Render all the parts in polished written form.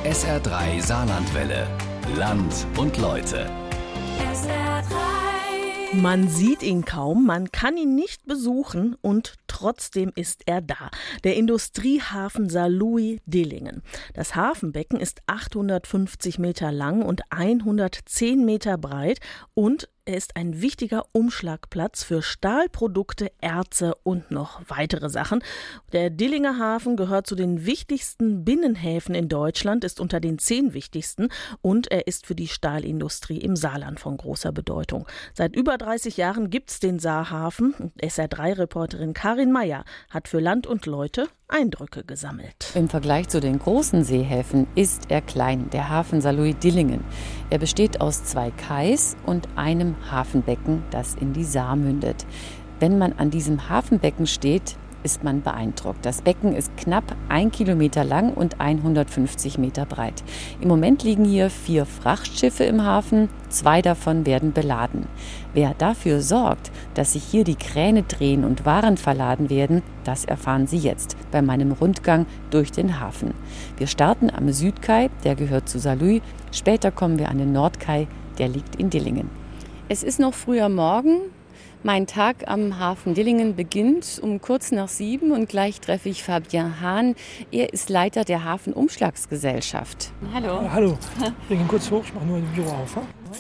SR3 Saarlandwelle. Land und Leute. SR3. Man sieht ihn kaum, man kann ihn nicht besuchen und trotzdem ist er da. Der Industriehafen Saarlouis-Dillingen. Das Hafenbecken ist 850 Meter lang und 110 Meter breit und er ist ein wichtiger Umschlagplatz für Stahlprodukte, Erze und noch weitere Sachen. Der Dillinger Hafen gehört zu den wichtigsten Binnenhäfen in Deutschland, ist unter den 10 wichtigsten und er ist für die Stahlindustrie im Saarland von großer Bedeutung. Seit über 30 Jahren gibt's den Saarhafen. SR3-Reporterin Karin Meyer hat für Land und Leute Eindrücke gesammelt. Im Vergleich zu den großen Seehäfen ist er klein, der Hafen Saarlouis-Dillingen. Er besteht aus 2 Kais und einem Hafenbecken, das in die Saar mündet. Wenn man an diesem Hafenbecken steht, ist man beeindruckt. Das Becken ist knapp 1 Kilometer lang und 150 Meter breit. Im Moment liegen hier 4 Frachtschiffe im Hafen, 2 davon werden beladen. Wer dafür sorgt, dass sich hier die Kräne drehen und Waren verladen werden, das erfahren Sie jetzt bei meinem Rundgang durch den Hafen. Wir starten am Südkai, der gehört zu Saarlouis. Später kommen wir an den Nordkai, der liegt in Dillingen. Es ist noch früher Morgen. Mein Tag am Hafen Dillingen beginnt um kurz nach 7 und gleich treffe ich Fabien Hahn. Er ist Leiter der Hafenumschlagsgesellschaft. Hallo. Hallo, wir gehen kurz hoch, ich mache nur ein Büro auf.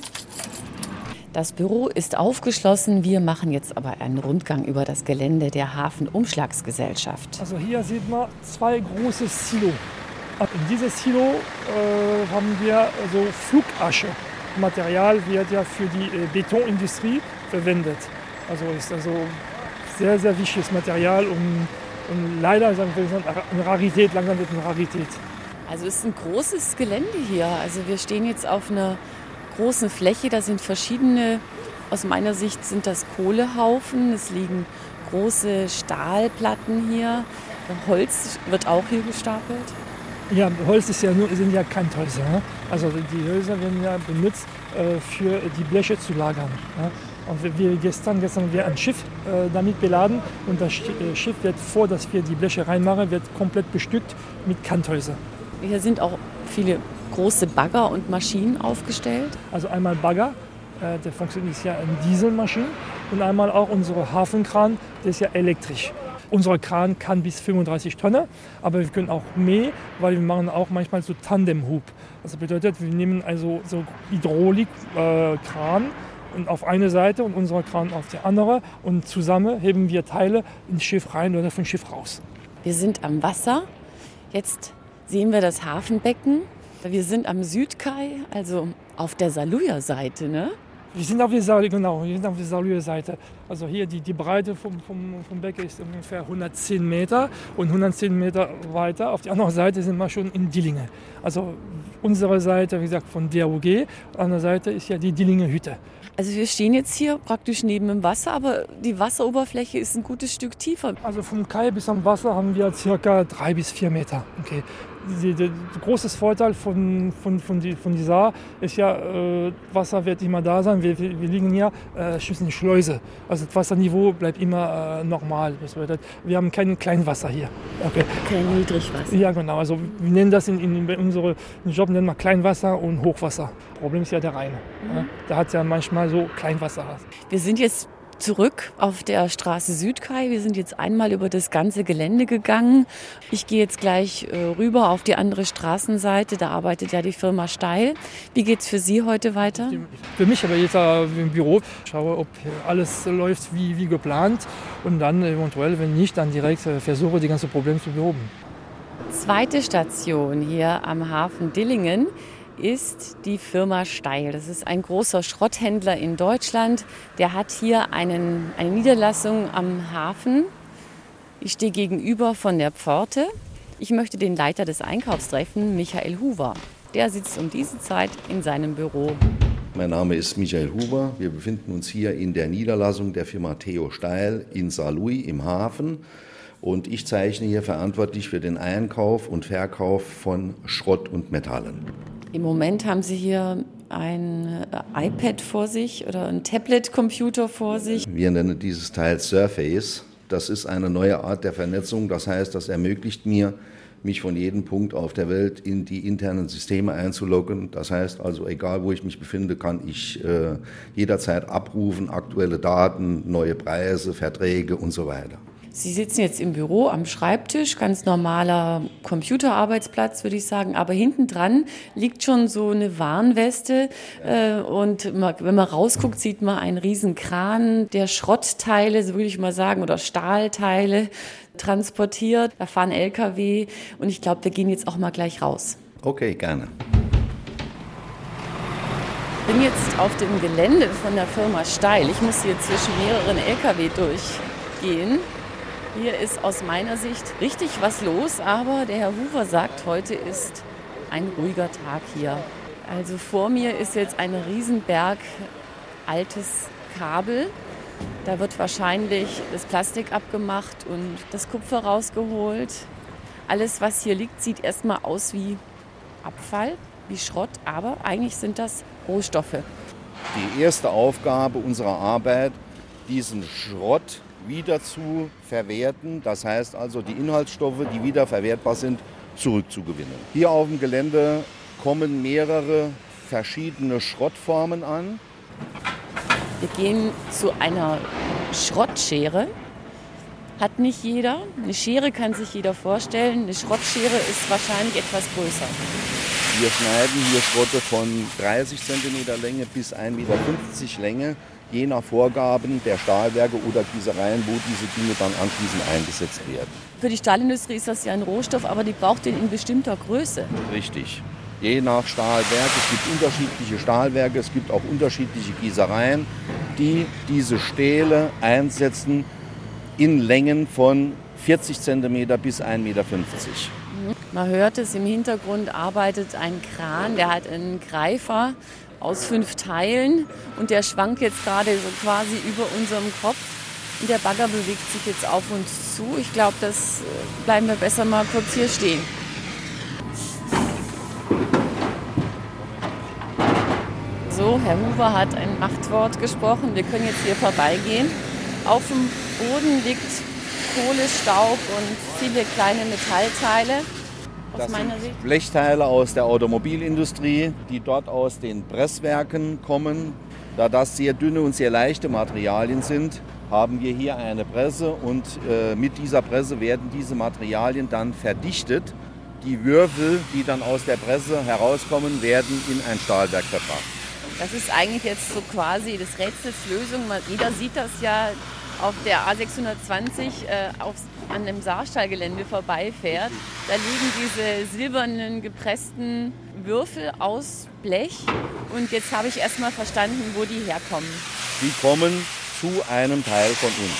Das Büro ist aufgeschlossen. Wir machen jetzt aber einen Rundgang über das Gelände der Hafenumschlagsgesellschaft. Also hier sieht man 2 große Silo. In dieses Silo haben wir so Flugasche. Material wird ja für die Betonindustrie verwendet. Also ist also sehr, sehr wichtiges Material und leider sagen wir eine Rarität, langsam wird eine Rarität. Also es ist ein großes Gelände hier. Also wir stehen jetzt auf einer großen Fläche, da sind verschiedene, aus meiner Sicht sind das Kohlehaufen, es liegen große Stahlplatten hier, Holz wird auch hier gestapelt. Ja, Holz sind ja Kanthölzer. Ne? Also die Hölzer werden ja benutzt, für die Bleche zu lagern. Ne? Und gestern haben wir ein Schiff damit beladen und das Schiff wird, vor dass wir die Bleche reinmachen, wird komplett bestückt mit Kanthölzer. Hier sind auch viele große Bagger und Maschinen aufgestellt. Also einmal Bagger, der funktioniert ja in Dieselmaschinen und einmal auch unsere Hafenkran, der ist ja elektrisch. Unser Kran kann bis 35 Tonnen, aber wir können auch mehr, weil wir machen auch manchmal so Tandemhub. Das bedeutet, wir nehmen also so Hydraulikkran und auf eine Seite und unser Kran auf die andere und zusammen heben wir Teile ins Schiff rein oder vom Schiff raus. Wir sind am Wasser. Jetzt sehen wir das Hafenbecken. Wir sind am Südkai, also auf der Saarlouier Seite, ne? Wir sind auf der Saarlouier Seite. Also hier die Breite vom Becken ist ungefähr 110 Meter und 110 Meter weiter. Auf der anderen Seite sind wir schon in Dillingen. Also unsere Seite, wie gesagt, von DAUG, auf der anderen Seite ist ja die Dillinger Hütte. Also wir stehen jetzt hier praktisch neben dem Wasser, aber die Wasseroberfläche ist ein gutes Stück tiefer. Also vom Kai bis am Wasser haben wir ca. 3 bis 4 Meter. Okay. Der große Vorteil von die Saar ist ja, Wasser wird immer da sein. Wir liegen hier in Schleuse. Also das Wasserniveau bleibt immer normal. Das bedeutet, wir haben kein Kleinwasser hier. Okay. Kein Niedrigwasser. Ja, genau. Also wir nennen das in unserem Job nennen wir Kleinwasser und Hochwasser. Problem ist ja der Rhein. Ja. Da hat es ja manchmal so Kleinwasser. Wir sind jetzt zurück auf der Straße Südkai. Wir sind jetzt einmal über das ganze Gelände gegangen. Ich gehe jetzt gleich rüber auf die andere Straßenseite. Da arbeitet ja die Firma Steil. Wie geht's für Sie heute weiter? Für mich aber jetzt im Büro. Schaue, ob alles läuft wie geplant. Und dann eventuell, wenn nicht, dann direkt versuche, die ganzen Probleme zu behoben. Zweite Station hier am Hafen Dillingen ist die Firma Steil. Das ist ein großer Schrotthändler in Deutschland. Der hat hier eine Niederlassung am Hafen. Ich stehe gegenüber von der Pforte. Ich möchte den Leiter des Einkaufs treffen, Michael Huber. Der sitzt um diese Zeit in seinem Büro. Mein Name ist Michael Huber. Wir befinden uns hier in der Niederlassung der Firma Theo Steil in Saarlouis im Hafen. Und ich zeichne hier verantwortlich für den Einkauf und Verkauf von Schrott und Metallen. Im Moment haben Sie hier ein iPad vor sich oder ein Tablet-Computer vor sich. Wir nennen dieses Teil Surface. Das ist eine neue Art der Vernetzung. Das heißt, das ermöglicht mir, mich von jedem Punkt auf der Welt in die internen Systeme einzuloggen. Das heißt also, egal wo ich mich befinde, kann ich jederzeit abrufen, aktuelle Daten, neue Preise, Verträge und so weiter. Sie sitzen jetzt im Büro am Schreibtisch, ganz normaler Computerarbeitsplatz, würde ich sagen. Aber hinten dran liegt schon so eine Warnweste. Und wenn man rausguckt, sieht man einen riesen Kran, der Schrottteile, so würde ich mal sagen, oder Stahlteile transportiert. Da fahren LKW und ich glaube, wir gehen jetzt auch mal gleich raus. Okay, gerne. Ich bin jetzt auf dem Gelände von der Firma Steil. Ich muss hier zwischen mehreren LKW durchgehen. Hier ist aus meiner Sicht richtig was los, aber der Herr Huber sagt, heute ist ein ruhiger Tag hier. Also vor mir ist jetzt ein Riesenberg altes Kabel. Da wird wahrscheinlich das Plastik abgemacht und das Kupfer rausgeholt. Alles, was hier liegt, sieht erstmal aus wie Abfall, wie Schrott, aber eigentlich sind das Rohstoffe. Die erste Aufgabe unserer Arbeit, diesen Schrott wieder zu verwerten, das heißt also die Inhaltsstoffe, die wieder verwertbar sind, zurückzugewinnen. Hier auf dem Gelände kommen mehrere verschiedene Schrottformen an. Wir gehen zu einer Schrottschere. Hat nicht jeder. Eine Schere kann sich jeder vorstellen. Eine Schrottschere ist wahrscheinlich etwas größer. Wir schneiden hier Schrotte von 30 cm Länge bis 1,50 Meter Länge, je nach Vorgaben der Stahlwerke oder Gießereien, wo diese Dinge dann anschließend eingesetzt werden. Für die Stahlindustrie ist das ja ein Rohstoff, aber die braucht den in bestimmter Größe. Richtig. Je nach Stahlwerk. Es gibt unterschiedliche Stahlwerke, es gibt auch unterschiedliche Gießereien, die diese Stähle einsetzen in Längen von 40 cm bis 1,50 Meter. Man hört es, im Hintergrund arbeitet ein Kran, der hat einen Greifer aus 5 Teilen und der schwankt jetzt gerade so quasi über unserem Kopf. Und der Bagger bewegt sich jetzt auf uns zu. Ich glaube, das bleiben wir besser mal kurz hier stehen. So, Herr Huber hat ein Machtwort gesprochen. Wir können jetzt hier vorbeigehen. Auf dem Boden liegt Kohle, Staub und viele kleine Metallteile. Das sind Blechteile aus der Automobilindustrie, die dort aus den Presswerken kommen. Da das sehr dünne und sehr leichte Materialien sind, haben wir hier eine Presse und mit dieser Presse werden diese Materialien dann verdichtet. Die Würfel, die dann aus der Presse herauskommen, werden in ein Stahlwerk verbracht. Das ist eigentlich jetzt so quasi des Rätsels Lösung. Jeder sieht das ja auf der A620 an dem Saarstahlgelände vorbeifährt. Da liegen diese silbernen gepressten Würfel aus Blech. Und jetzt habe ich erst mal verstanden, wo die herkommen. Die kommen zu einem Teil von uns.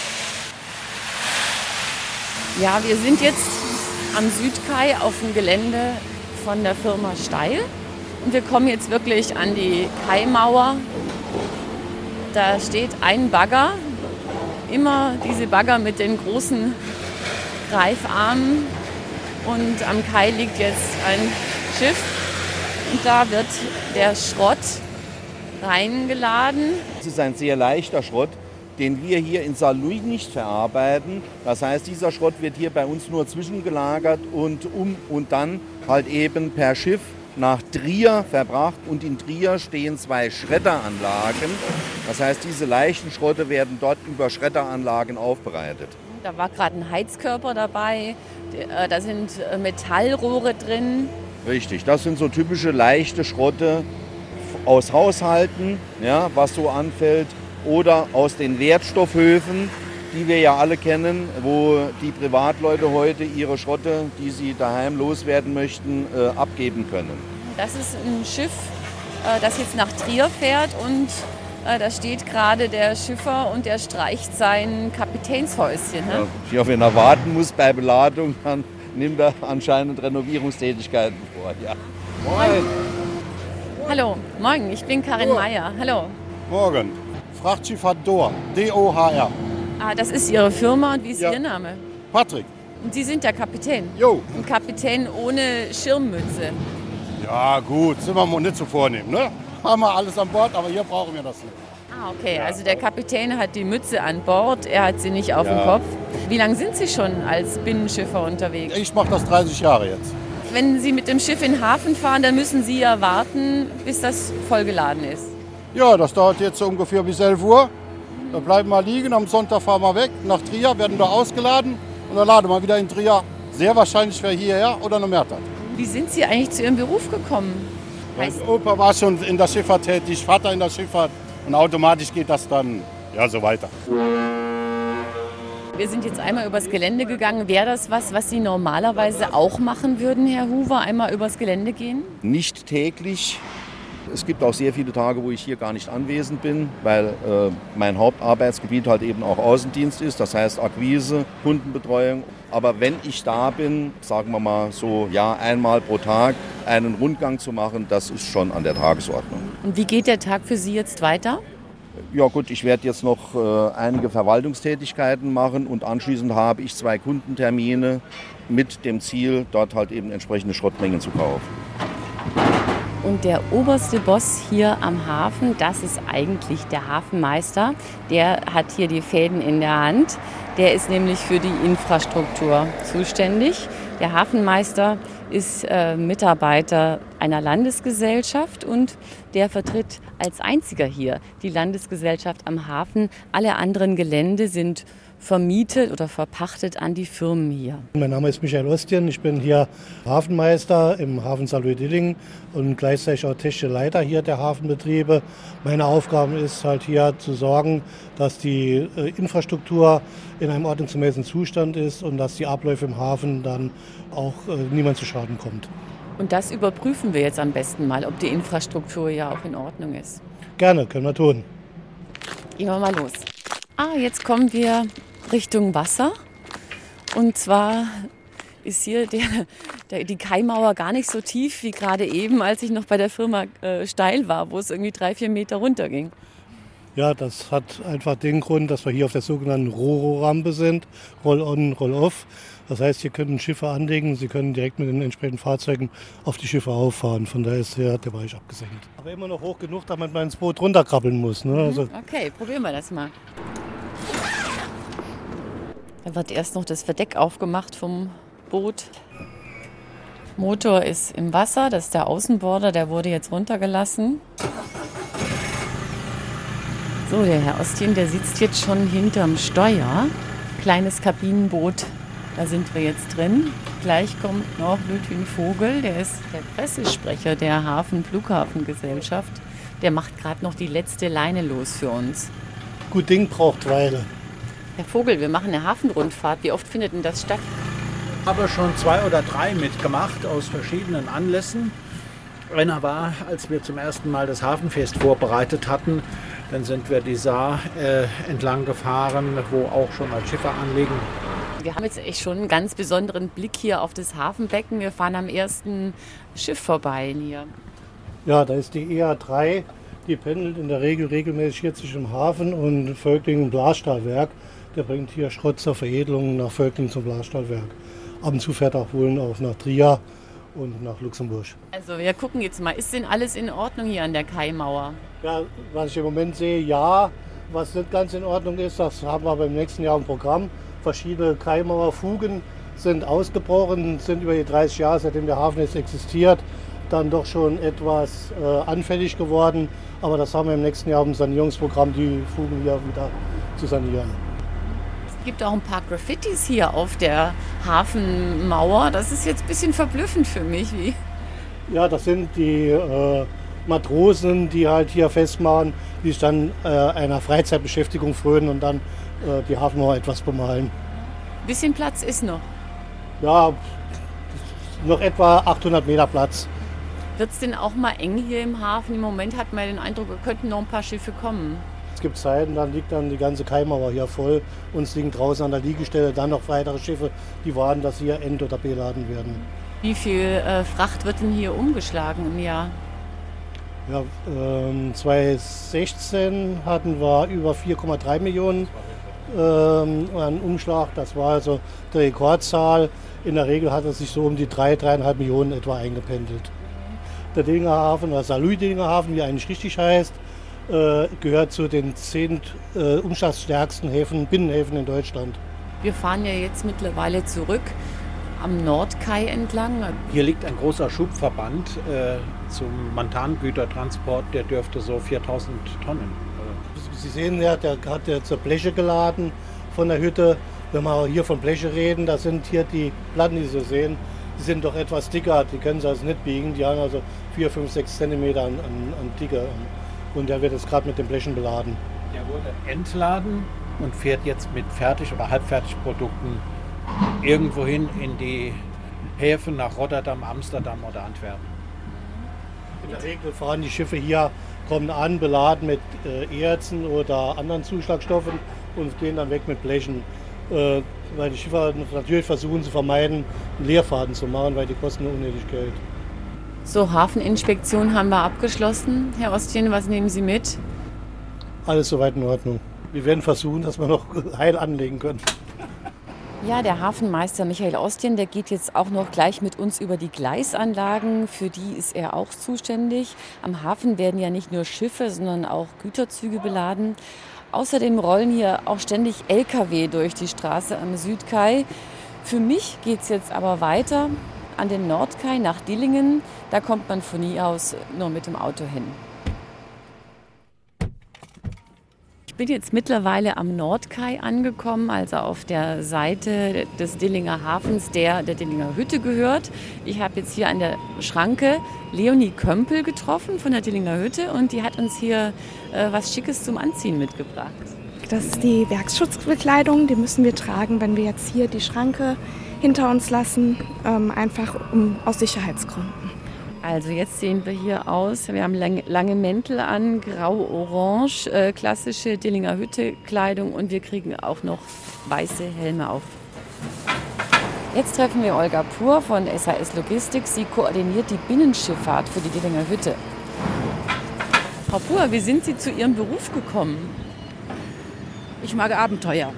Ja, wir sind jetzt am Südkai auf dem Gelände von der Firma Steil. Und wir kommen jetzt wirklich an die Kaimauer. Da steht ein Bagger. Immer diese Bagger mit den großen Greifarmen. Und am Kai liegt jetzt ein Schiff. Und da wird der Schrott reingeladen. Es ist ein sehr leichter Schrott, den wir hier in Saarlouis nicht verarbeiten. Das heißt, dieser Schrott wird hier bei uns nur zwischengelagert und dann halt eben per Schiff nach Trier verbracht. Und in Trier stehen 2 Schredderanlagen. Das heißt, diese leichten Schrotte werden dort über Schredderanlagen aufbereitet. Da war gerade ein Heizkörper dabei, da sind Metallrohre drin. Richtig, das sind so typische leichte Schrotte aus Haushalten, ja, was so anfällt, oder aus den Wertstoffhöfen, die wir ja alle kennen, wo die Privatleute heute ihre Schrotte, die sie daheim loswerden möchten, abgeben können. Das ist ein Schiff, das jetzt nach Trier fährt und da steht gerade der Schiffer und der streicht sein Kapitänshäuschen. Ne? Ja, wenn er warten muss bei Beladung, dann nimmt er anscheinend Renovierungstätigkeiten vor. Ja. Moin. Hallo, morgen, ich bin Karin Meyer. Hallo. Morgen. Frachtschiffahrt Dohr, D-O-H-R. Ah, das ist Ihre Firma und wie ist Ja. Ihr Name? Patrick. Und Sie sind der Kapitän? Jo. Ein Kapitän ohne Schirmmütze. Ja gut, sind wir mal nicht so vornehm, ne? Haben wir alles an Bord, aber hier brauchen wir das nicht. Ah, okay, also der Kapitän hat die Mütze an Bord, er hat sie nicht auf dem Kopf. Wie lange sind Sie schon als Binnenschiffer unterwegs? Ich mache das 30 Jahre jetzt. Wenn Sie mit dem Schiff in den Hafen fahren, dann müssen Sie ja warten, bis das vollgeladen ist. Ja, das dauert jetzt so ungefähr bis 11 Uhr. Da bleiben wir liegen, am Sonntag fahren wir weg nach Trier, werden da ausgeladen und dann laden wir wieder in Trier. Sehr wahrscheinlich wer hierher oder nach Mertert. Wie sind Sie eigentlich zu Ihrem Beruf gekommen? Mein Opa war schon in der Schifffahrt tätig, Vater in der Schifffahrt und automatisch geht das dann ja, so weiter. Wir sind jetzt einmal übers Gelände gegangen. Wäre das was Sie normalerweise auch machen würden, Herr Huber, einmal übers Gelände gehen? Nicht täglich. Es gibt auch sehr viele Tage, wo ich hier gar nicht anwesend bin, weil mein Hauptarbeitsgebiet halt eben auch Außendienst ist, das heißt Akquise, Kundenbetreuung. Aber wenn ich da bin, sagen wir mal so, ja, einmal pro Tag einen Rundgang zu machen, das ist schon an der Tagesordnung. Und wie geht der Tag für Sie jetzt weiter? Ja gut, ich werde jetzt noch einige Verwaltungstätigkeiten machen und anschließend habe ich 2 Kundentermine mit dem Ziel, dort halt eben entsprechende Schrottmengen zu kaufen. Und der oberste Boss hier am Hafen, das ist eigentlich der Hafenmeister. Der hat hier die Fäden in der Hand. Der ist nämlich für die Infrastruktur zuständig. Der Hafenmeister ist Mitarbeiter einer Landesgesellschaft und der vertritt als einziger hier die Landesgesellschaft am Hafen. Alle anderen Gelände sind vermietet oder verpachtet an die Firmen hier. Mein Name ist Michael Ostien, ich bin hier Hafenmeister im Hafen Saarlouis-Dillingen und gleichzeitig auch technischer Leiter hier der Hafenbetriebe. Meine Aufgabe ist halt hier zu sorgen, dass die Infrastruktur in einem ordnungsgemäßen Zustand ist und dass die Abläufe im Hafen dann auch niemand zu Schaden kommt. Und das überprüfen wir jetzt am besten mal, ob die Infrastruktur ja auch in Ordnung ist. Gerne, können wir tun. Gehen wir mal los. Jetzt kommen wir Richtung Wasser. Und zwar ist hier die Kaimauer gar nicht so tief wie gerade eben, als ich noch bei der Firma Steil war, wo es irgendwie 3-4 Meter runterging. Ja, das hat einfach den Grund, dass wir hier auf der sogenannten Ro-Ro-Rampe sind, Roll-on, Roll-off. Das heißt, hier können Schiffe anlegen, sie können direkt mit den entsprechenden Fahrzeugen auf die Schiffe auffahren. Von daher ist der Bereich abgesenkt. Aber immer noch hoch genug, damit man ins Boot runterkrabbeln muss. Ne? Also okay, probieren wir das mal. Da wird erst noch das Verdeck aufgemacht vom Boot. Motor ist im Wasser, das ist der Außenborder, der wurde jetzt runtergelassen. So, der Herr Ostien, der sitzt jetzt schon hinterm Steuer. Kleines Kabinenboot, da sind wir jetzt drin. Gleich kommt noch Ludwig Vogel, der ist der Pressesprecher der Flughafengesellschaft. Der macht gerade noch die letzte Leine los für uns. Gut Ding braucht Weile. Herr Vogel, wir machen eine Hafenrundfahrt. Wie oft findet denn das statt? Ich habe schon 2 oder 3 mitgemacht aus verschiedenen Anlässen. Einer war, als wir zum ersten Mal das Hafenfest vorbereitet hatten. Dann sind wir die Saar entlang gefahren, wo auch schon mal Schiffe anlegen. Wir haben jetzt echt schon einen ganz besonderen Blick hier auf das Hafenbecken. Wir fahren am ersten Schiff vorbei hier. Ja, da ist die EA3. Die pendelt in der Regel regelmäßig hier zwischen dem Hafen und Völklingen Blasstahlwerk. Der bringt hier Schrott zur Veredelung nach Völklingen zum Blasstahlwerk. Ab und zu fährt er auch nach Trier und nach Luxemburg. Also wir gucken jetzt mal, ist denn alles in Ordnung hier an der Kaimauer? Ja, was ich im Moment sehe, ja. Was nicht ganz in Ordnung ist, das haben wir beim nächsten Jahr im Programm. Verschiedene Kaimauerfugen sind ausgebrochen, sind über die 30 Jahre, seitdem der Hafen jetzt existiert, dann doch schon etwas anfällig geworden. Aber das haben wir im nächsten Jahr im Sanierungsprogramm, die Fugen hier wieder zu sanieren. Es gibt auch ein paar Graffitis hier auf der Hafenmauer. Das ist jetzt ein bisschen verblüffend für mich. Ja, das sind die Matrosen, die halt hier festmachen, die sich dann einer Freizeitbeschäftigung frönen und dann die Hafenmauer etwas bemalen. Ein bisschen Platz ist noch. Ja, noch etwa 800 Meter Platz. Wird es denn auch mal eng hier im Hafen? Im Moment hat man den Eindruck, es könnten noch ein paar Schiffe kommen. Es gibt Zeiten, dann liegt dann die ganze Kaimauer hier voll und es liegen draußen an der Liegestelle dann noch weitere Schiffe, die warten, dass hier ent- oder beladen werden. Wie viel Fracht wird denn hier umgeschlagen im Jahr? Ja, 2016 hatten wir über 4,3 Millionen an Umschlag. Das war also die Rekordzahl. In der Regel hat es sich so um die 3,5 Millionen etwa eingependelt. Der Dillinger Hafen, oder Saarlouis-Dillinger Hafen, wie er eigentlich richtig heißt, gehört zu den 10 umschlagsstärksten Häfen, Binnenhäfen in Deutschland. Wir fahren ja jetzt mittlerweile zurück am Nordkai entlang. Hier liegt ein großer Schubverband zum Montangütertransport, der dürfte so 4000 Tonnen. Sie sehen ja, der hat jetzt Bleche geladen von der Hütte. Wenn wir hier von Bleche reden, das sind hier die Platten, die Sie sehen, die sind doch etwas dicker, die können Sie also nicht biegen. Die haben also 4, 5, 6 Zentimeter an Dicke. Und der wird jetzt gerade mit den Blechen beladen. Der wurde entladen und fährt jetzt mit Fertig- oder Halbfertigprodukten irgendwohin in die Häfen nach Rotterdam, Amsterdam oder Antwerpen. In der Regel fahren die Schiffe hier, kommen an, beladen mit Erzen oder anderen Zuschlagstoffen und gehen dann weg mit Blechen. Weil die Schiffer natürlich versuchen zu vermeiden, Leerfahrten zu machen, weil die kosten unnötig Geld. So, Hafeninspektion haben wir abgeschlossen. Herr Ostjen, was nehmen Sie mit? Alles soweit in Ordnung. Wir werden versuchen, dass wir noch heil anlegen können. Ja, der Hafenmeister Michael Ostjen, der geht jetzt auch noch gleich mit uns über die Gleisanlagen. Für die ist er auch zuständig. Am Hafen werden ja nicht nur Schiffe, sondern auch Güterzüge beladen. Außerdem rollen hier auch ständig Lkw durch die Straße am Südkai. Für mich geht es jetzt aber weiter an den Nordkai nach Dillingen. Da kommt man von hier aus nur mit dem Auto hin. Ich bin jetzt mittlerweile am Nordkai angekommen, also auf der Seite des Dillinger Hafens, der Dillinger Hütte gehört. Ich habe jetzt hier an der Schranke Leonie Kömpel getroffen von der Dillinger Hütte und die hat uns hier was Schickes zum Anziehen mitgebracht. Das ist die Werksschutzbekleidung, die müssen wir tragen, wenn wir jetzt hier die Schranke hinter uns lassen, einfach aus Sicherheitsgründen. Also jetzt sehen wir hier aus, wir haben lange Mäntel an, grau-orange, klassische Dillinger Hütte-Kleidung und wir kriegen auch noch weiße Helme auf. Jetzt treffen wir Olga Pur von SAS Logistik. Sie koordiniert die Binnenschifffahrt für die Dillinger Hütte. Frau Pur, wie sind Sie zu Ihrem Beruf gekommen? Ich mag Abenteuer.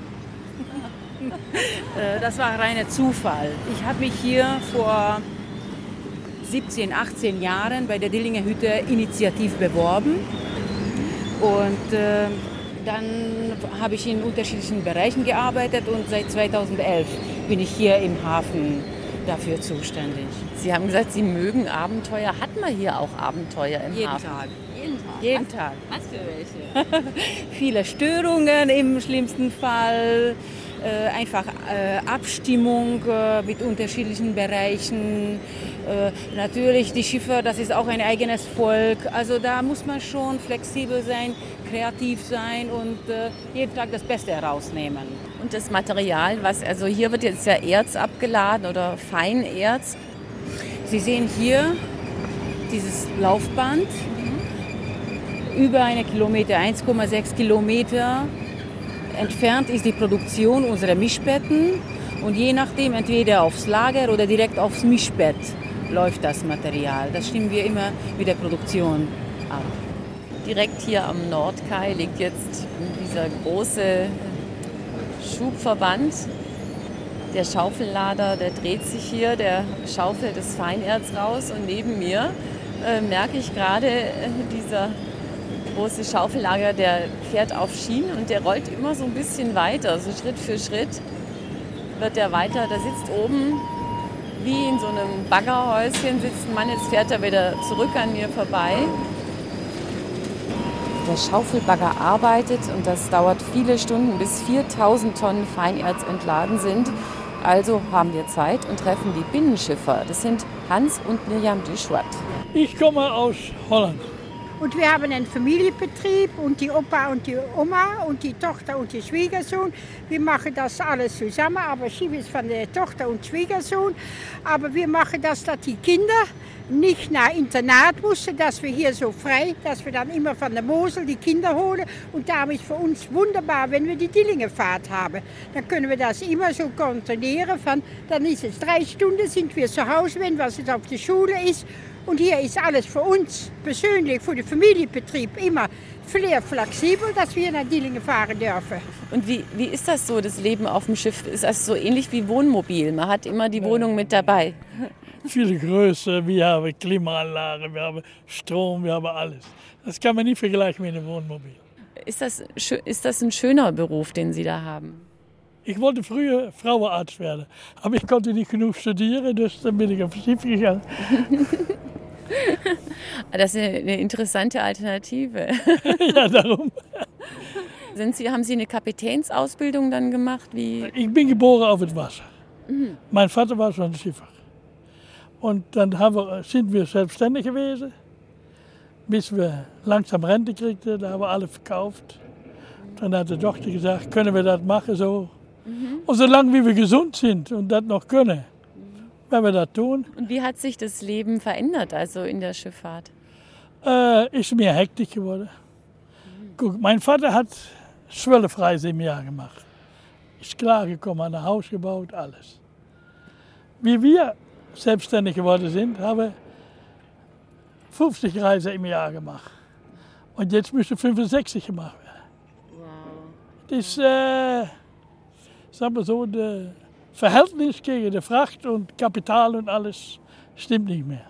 Das war reiner Zufall. Ich habe mich hier vor 17, 18 Jahren bei der Dillinger Hütte initiativ beworben und dann habe ich in unterschiedlichen Bereichen gearbeitet und seit 2011 bin ich hier im Hafen dafür zuständig. Sie haben gesagt, Sie mögen Abenteuer. Hat man hier auch Abenteuer im Jeden Hafen? Tag. Jeden Tag. Was für welche? Viele Störungen im schlimmsten Fall. Einfach Abstimmung mit unterschiedlichen Bereichen. Natürlich die Schiffer, das ist auch ein eigenes Volk. Also da muss man schon flexibel sein, kreativ sein und jeden Tag das Beste herausnehmen. Und das Material, also hier wird jetzt ja Erz abgeladen oder Feinerz. Sie sehen hier dieses Laufband, über 1 Kilometer, 1,6 Kilometer. Entfernt ist die Produktion unserer Mischbetten und je nachdem entweder aufs Lager oder direkt aufs Mischbett läuft das Material. Das stimmen wir immer mit der Produktion ab. Direkt hier am Nordkai liegt jetzt dieser große Schubverband. Der Schaufellader, der dreht sich hier, der schaufelt das Feinerz raus und neben mir merke ich gerade dieser große Schaufellager, der fährt auf Schienen und der rollt immer so ein bisschen weiter, so Schritt für Schritt wird der weiter. Da sitzt oben wie in so einem Baggerhäuschen sitzt ein Mann, jetzt fährt er wieder zurück an mir vorbei. Der Schaufelbagger arbeitet und das dauert viele Stunden, bis 4000 Tonnen Feinerz entladen sind. Also haben wir Zeit und treffen die Binnenschiffer. Das sind Hans und Mirjam Duschwat. Ich komme aus Holland. Und wir haben einen Familienbetrieb und die Opa und die Oma und die Tochter und der Schwiegersohn. Wir machen das alles zusammen, aber Schiff ist von der Tochter und Schwiegersohn. Aber wir machen das, dass die Kinder nicht nach Internat mussten, dass wir hier so frei, dass wir dann immer von der Mosel die Kinder holen. Und darum ist für uns wunderbar, wenn wir die Dillingenfahrt haben. Dann können wir das immer so kontrollieren. Dann ist es 3 Stunden, sind wir zu Hause, wenn was es auf der Schule ist. Und hier ist alles für uns persönlich, für den Familienbetrieb immer sehr flexibel, dass wir nach Dillingen fahren dürfen. Und wie ist das so, das Leben auf dem Schiff? Ist das so ähnlich wie Wohnmobil? Man hat immer die Wohnung mit dabei. Viel größer, wir haben Klimaanlage, wir haben Strom, wir haben alles. Das kann man nicht vergleichen mit einem Wohnmobil. Ist das ein schöner Beruf, den Sie da haben? Ich wollte früher Frauenarzt werden, aber ich konnte nicht genug studieren, dus dann bin ich auf Schiff gegangen. Das ist eine interessante Alternative. Ja, darum. Haben Sie eine Kapitänsausbildung dann gemacht? Ich bin geboren auf dem Wasser. Mein Vater war schon Schiffer. Und dann sind wir selbstständig gewesen, bis wir langsam Rente kriegten. Da haben wir alle verkauft. Dann hat die Tochter gesagt, können wir das machen so. Und solange wie wir gesund sind und das noch können, werden wir das tun. Und wie hat sich das Leben verändert, also in der Schifffahrt? Ist mehr hektisch geworden. Guck, mein Vater hat 12 Reisen im Jahr gemacht. Ist klargekommen, ein Haus gebaut, alles. Wie wir selbstständig geworden sind, haben wir 50 Reisen im Jahr gemacht. Und jetzt müssen 65 gemacht werden. Wow. Das ist, sagen wir so, das Verhältnis gegen die Fracht und Kapital und alles stimmt nicht mehr.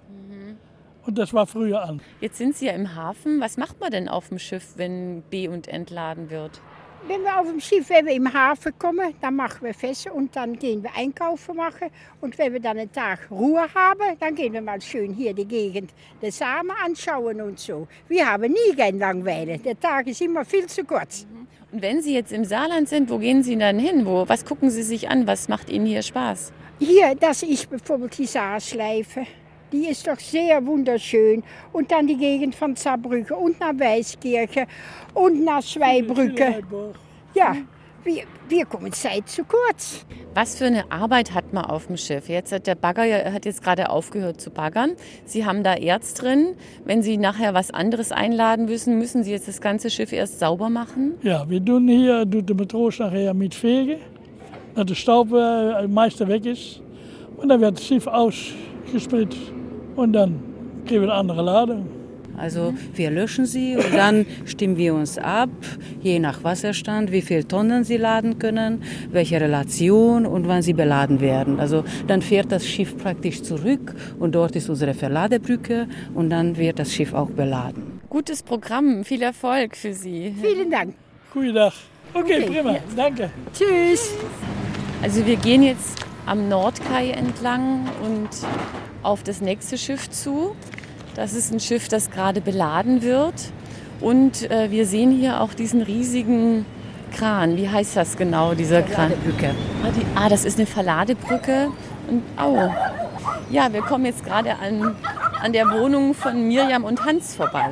Und das war früher an. Jetzt sind Sie ja im Hafen. Was macht man denn auf dem Schiff, wenn be- und entladen wird? Wenn wir auf dem Schiff, wenn wir im Hafen kommen, dann machen wir Fässer und dann gehen wir einkaufen machen. Und wenn wir dann einen Tag Ruhe haben, dann gehen wir mal schön hier die Gegend der Samen anschauen und so. Wir haben nie keine Langeweile. Der Tag ist immer viel zu kurz. Und wenn Sie jetzt im Saarland sind, wo gehen Sie dann hin? Was gucken Sie sich an? Was macht Ihnen hier Spaß? Hier, das ist beispielsweise die Saarschleife. Die ist doch sehr wunderschön. Und dann die Gegend von Saarbrücken und nach Weißkirche und nach Zweibrücken. Ja, wir kommen Zeit zu kurz. Was für eine Arbeit hat man auf dem Schiff? Jetzt hat der Bagger hat jetzt gerade aufgehört zu baggern. Sie haben da Erz drin. Wenn Sie nachher was anderes einladen müssen, müssen Sie jetzt das ganze Schiff erst sauber machen? Ja, wir tun hier, der Matros nachher mit fegen, dass der Staub meiste weg ist. Und dann wird das Schiff ausgespritzt. Und dann kriegen wir eine andere Ladung. Also wir löschen sie und dann stimmen wir uns ab, je nach Wasserstand, wie viele Tonnen sie laden können, welche Relation und wann sie beladen werden. Also dann fährt das Schiff praktisch zurück und dort ist unsere Verladebrücke und dann wird das Schiff auch beladen. Gutes Programm, viel Erfolg für Sie. Vielen Dank. Guten Tag. Okay, prima, ja. Danke. Tschüss. Also wir gehen jetzt am Nordkai entlang und auf das nächste Schiff zu. Das ist ein Schiff, das gerade beladen wird. Und wir sehen hier auch diesen riesigen Kran. Wie heißt das genau, dieser Kran? Verladebrücke. Das ist eine Verladebrücke. Und ja, wir kommen jetzt gerade an der Wohnung von Mirjam und Hans vorbei.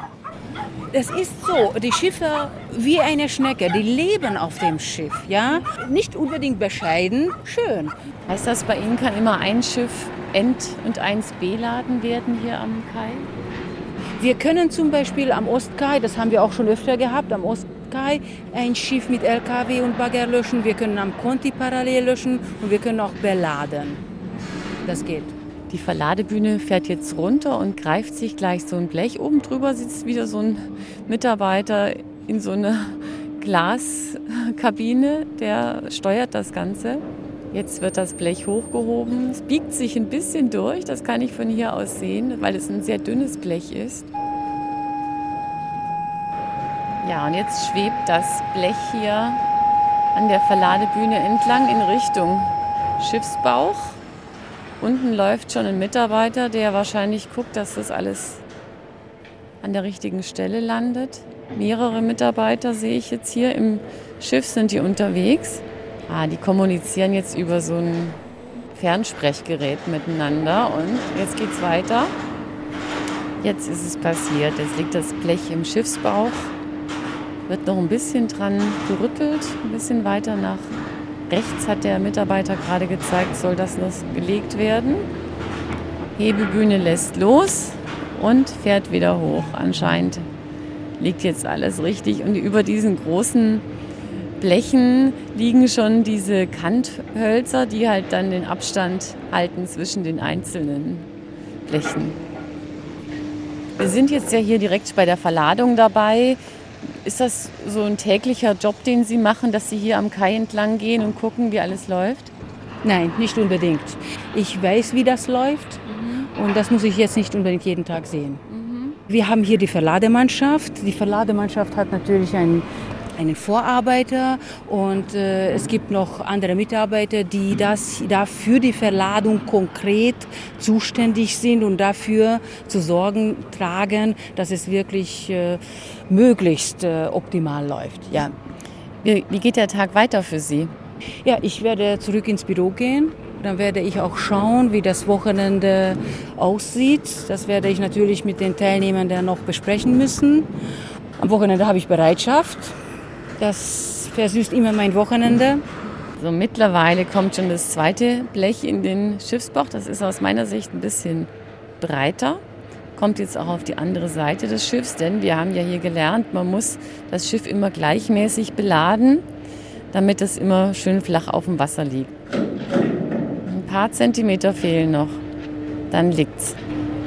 Es ist so, die Schiffer wie eine Schnecke, die leben auf dem Schiff, ja? Nicht unbedingt bescheiden, schön. Heißt das, bei Ihnen kann immer ein Schiff End- und eins beladen werden hier am Kai? Wir können zum Beispiel am Ostkai, das haben wir auch schon öfter gehabt, am Ostkai ein Schiff mit LKW und Bagger löschen. Wir können am Conti parallel löschen und wir können auch beladen. Das geht. Die Verladebühne fährt jetzt runter und greift sich gleich so ein Blech. Oben drüber sitzt wieder so ein Mitarbeiter in so einer Glaskabine, der steuert das Ganze. Jetzt wird das Blech hochgehoben. Es biegt sich ein bisschen durch, das kann ich von hier aus sehen, weil es ein sehr dünnes Blech ist. Ja, und jetzt schwebt das Blech hier an der Verladebühne entlang in Richtung Schiffsbauch. Unten läuft schon ein Mitarbeiter, der wahrscheinlich guckt, dass das alles an der richtigen Stelle landet. Mehrere Mitarbeiter sehe ich jetzt hier im Schiff, sind die unterwegs. Die kommunizieren jetzt über so ein Fernsprechgerät miteinander und jetzt geht's weiter. Jetzt ist es passiert. Jetzt liegt das Blech im Schiffsbauch, wird noch ein bisschen dran gerüttelt, ein bisschen weiter nach rechts hat der Mitarbeiter gerade gezeigt, soll das noch gelegt werden. Hebebühne lässt los und fährt wieder hoch. Anscheinend liegt jetzt alles richtig. Und über diesen großen Blechen liegen schon diese Kanthölzer, die halt dann den Abstand halten zwischen den einzelnen Blechen. Wir sind jetzt ja hier direkt bei der Verladung dabei. Ist das so ein täglicher Job, den Sie machen, dass Sie hier am Kai entlang gehen und gucken, wie alles läuft? Nein, nicht unbedingt. Ich weiß, wie das läuft und das muss ich jetzt nicht unbedingt jeden Tag sehen. Wir haben hier die Verlademannschaft. Die Verlademannschaft hat natürlich ein einen Vorarbeiter und es gibt noch andere Mitarbeiter, die dafür die Verladung konkret zuständig sind und dafür zu Sorgen tragen, dass es wirklich möglichst optimal läuft. Ja. Wie geht der Tag weiter für Sie? Ja, ich werde zurück ins Büro gehen. Dann werde ich auch schauen, wie das Wochenende aussieht. Das werde ich natürlich mit den Teilnehmern dann noch besprechen müssen. Am Wochenende habe ich Bereitschaft. Das versüßt immer mein Wochenende. So, mittlerweile kommt schon das zweite Blech in den Schiffsbauch. Das ist aus meiner Sicht ein bisschen breiter. Kommt jetzt auch auf die andere Seite des Schiffs, denn wir haben ja hier gelernt, man muss das Schiff immer gleichmäßig beladen, damit es immer schön flach auf dem Wasser liegt. Ein paar Zentimeter fehlen noch, dann liegt's.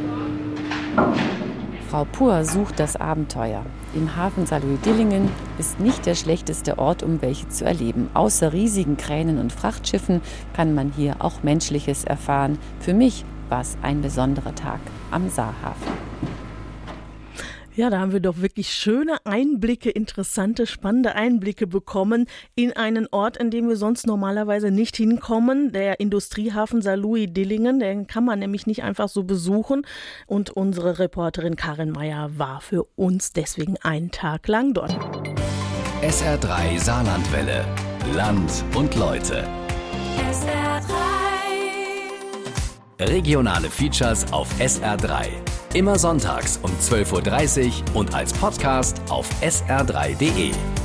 Frau Pur sucht das Abenteuer. Im Hafen Saarlouis-Dillingen ist nicht der schlechteste Ort, um welche zu erleben. Außer riesigen Kränen und Frachtschiffen kann man hier auch Menschliches erfahren. Für mich war es ein besonderer Tag am Saarhafen. Ja, da haben wir doch wirklich schöne Einblicke, interessante, spannende Einblicke bekommen in einen Ort, in dem wir sonst normalerweise nicht hinkommen. Der Industriehafen Saarlouis-Dillingen, den kann man nämlich nicht einfach so besuchen. Und unsere Reporterin Karin Meyer war für uns deswegen einen Tag lang dort. SR3 Saarlandwelle. Land und Leute. SR3. Regionale Features auf SR3. Immer sonntags um 12:30 Uhr und als Podcast auf sr3.de.